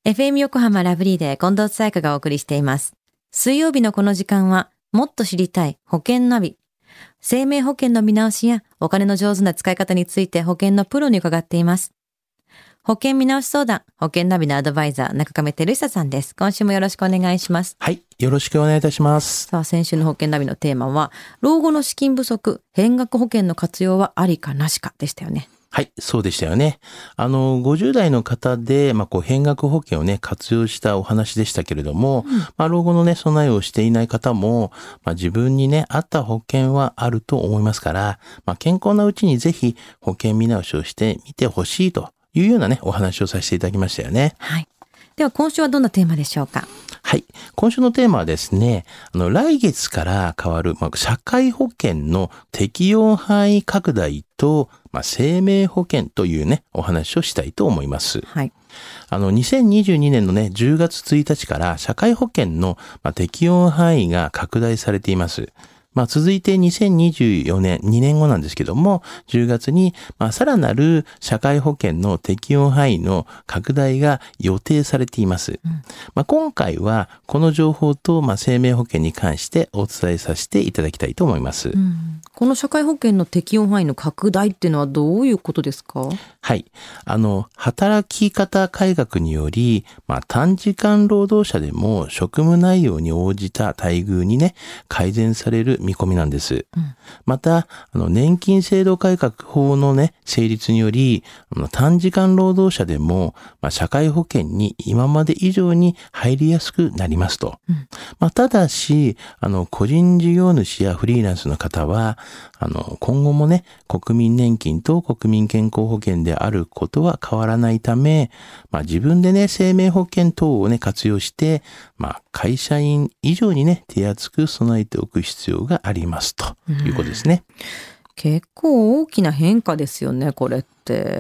FM 横浜ラブリーで近藤紗友香がお送りしています。水曜日のこの時間は、もっと知りたい保険ナビ。生命保険の見直しやお金の上手な使い方について保険のプロに伺っています。保険見直し相談、保険ナビのアドバイザー、中亀照久さんです。今週もよろしくお願いします。 はい、よろしくお願いいたします。 さあ、先週の保険ナビのテーマは、老後の資金不足、変額保険の活用はありかなしかでしたよね。 はい、そうでしたよね。50代の方で、変額保険をね、活用したお話でしたけれども、老後のね、備えをしていない方も、自分にね、合った保険はあると思いますから、健康なうちにぜひ保険見直しをしてみてほしいというようなね、お話をさせていただきましたよね。 はい。では今週はどんなテーマでしょうか？ はい。今週のテーマはですね、来月から変わる、社会保険の適用範囲拡大と、生命保険というね、お話をしたいと思います。 はい。 2022年のね、10月1日から社会保険の適用範囲が拡大されています。続いて2024年、2年後なんですけども、10月に、さらなる社会保険の適用範囲の拡大が予定されています。今回は、この情報と、生命保険に関してお伝えさせていただきたいと思います。 この社会保険の適用範囲の拡大っていうのはどういうことですか？ はい。働き方改革により、短時間労働者でも職務内容に応じた待遇にね、改善される見込みなんです。また、年金制度改革法のね、成立により、短時間労働者でも、社会保険に今まで以上に入りやすくなりますと。ただし、個人事業主やフリーランスの方は、今後もね、国民年金と国民健康保険であることは変わらないため、自分でね、生命保険等をね、活用して、会社員以上にね、手厚く備えておく必要がありますということですね。 結構大きな変化ですよね、これって。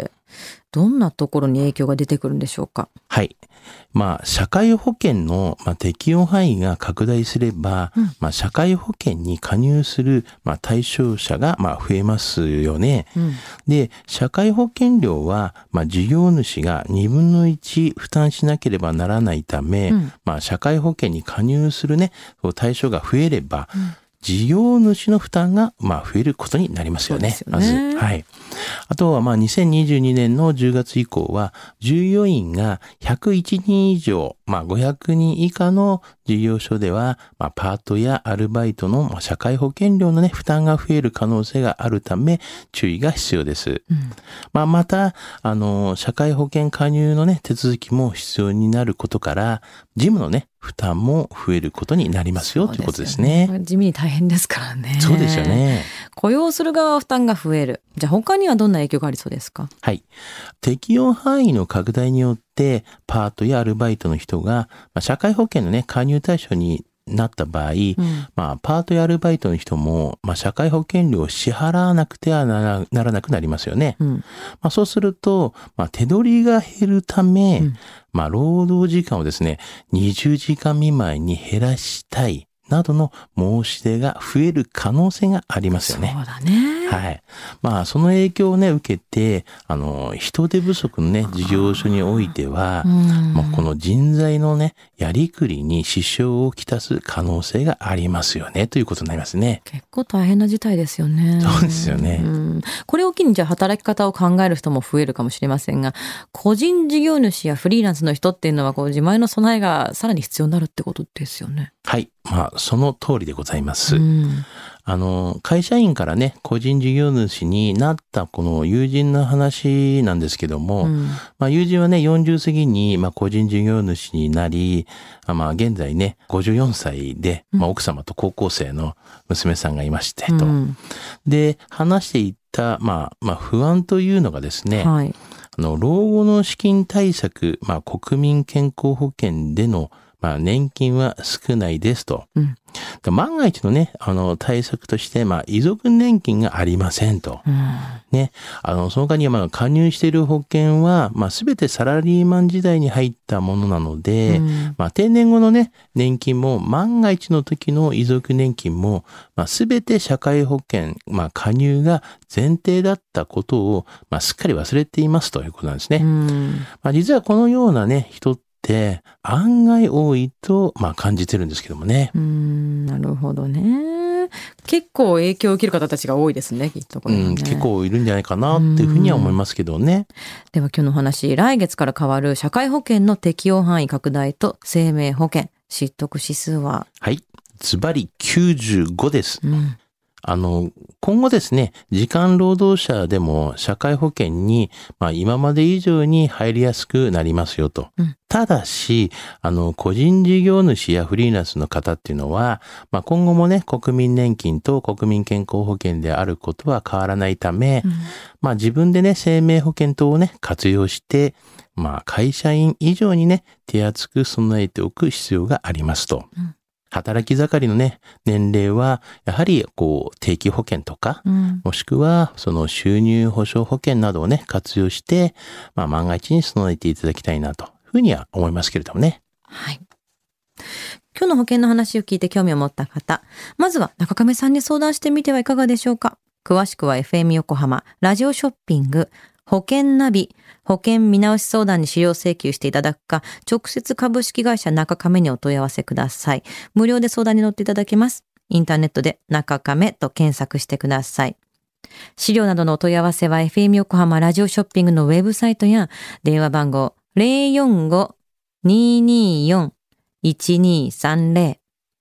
どんなところに影響が出てくるんでしょうか？ はい。社会保険の適用範囲が拡大すれば、社会保険に加入する対象者が増えますよね。で、社会保険料は事業主が2分の1負担しなければならないため、社会保険に加入するね、対象が増えれば、事業主の負担が増えることになりますよね。まず。はい。あとは2022年の10月以降は従業員が101人以上、500人以下の事業所では、パートやアルバイトの社会保険料のね、負担が増える可能性があるため注意が必要です。また、社会保険加入のね、手続きも必要になることから、事務のね、負担も増えることになりますよということですね。 地味に大変ですからね。 そうですよね。 雇用する側は負担が増える。じゃあ他にはどんな影響がありそうですか？ はい。適用範囲の拡大によって、パートやアルバイトの人が、社会保険のね、加入対象になった場合、パートやアルバイトの人も、社会保険料を支払わなくてはならなくなりますよね。そうすると、手取りが減るため、労働時間をですね、20時間未満に減らしたいなどの申し出が増える可能性がありますよね。 そうだね。 はい。その影響をね、受けて、人手不足のね、事業所においては、この人材のね、やりくりに支障をきたす可能性がありますよね、ということになりますね。 結構大変な事態ですよね。 そうですよね。 これを機にじゃあ働き方を考える人も増えるかもしれませんが、個人事業主やフリーランスの人っていうのは、自前の備えがさらに必要になるってことですよね。 はい。その通りでございます。会社員からね、個人事業主になったこの友人の話なんですけども、友人はね、40過ぎに個人事業主になり、現在ね、54歳で、奥様と高校生の娘さんがいましてと。で、話していた、不安というのがですね、老後の資金対策、国民健康保険での年金は少ないですと。万が一のね、対策として、遺族年金がありませんと。ね。その他には、加入している保険は、すべてサラリーマン時代に入ったものなので、定年後のね、年金も、万が一の時の遺族年金も、すべて社会保険、加入が前提だったことを、すっかり忘れていますということなんですね。実はこのようなね、人って案外多いと、感じてるんですけどもね。 なるほどね。結構影響を受ける方たちが多いですね、きっとこれはね。 結構いるんじゃないかなっていうふうには思いますけどね。 では今日の話、来月から変わる社会保険の適用範囲拡大と生命保険、知得指数は？ はい。ズバリ95です。今後ですね、時間労働者でも社会保険に、今まで以上に入りやすくなりますよと。ただし、個人事業主やフリーランスの方っていうのは、今後もね、国民年金と国民健康保険であることは変わらないため、自分でね、生命保険等をね、活用して、会社員以上にね、手厚く備えておく必要がありますと。働き盛りのね、年齢は、やはり、定期保険とか、もしくは、その収入保障保険などをね、活用して、万が一に備えていただきたいなというふうには思いますけれどもね。 はい。今日の保険の話を聞いて興味を持った方、まずは中亀さんに相談してみてはいかがでしょうか。詳しくは FM 横浜、ラジオショッピング、保険ナビ、保険見直し相談に資料請求していただくか、直接株式会社中亀にお問い合わせください。無料で相談に乗っていただけます。インターネットで中亀と検索してください。資料などのお問い合わせは FM 横浜ラジオショッピングのウェブサイトや電話番号 045-224-1230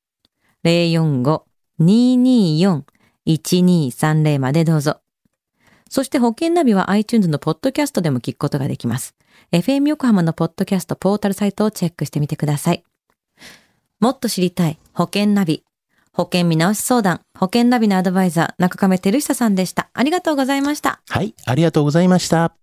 045-224-1230 までどうぞ。そして保険ナビは iTunes のポッドキャストでも聞くことができます。FM 横浜のポッドキャストポータルサイトをチェックしてみてください。もっと知りたい保険ナビ。保険見直し相談、保険ナビのアドバイザー、中亀照久さんでした。ありがとうございました。 はい、ありがとうございました。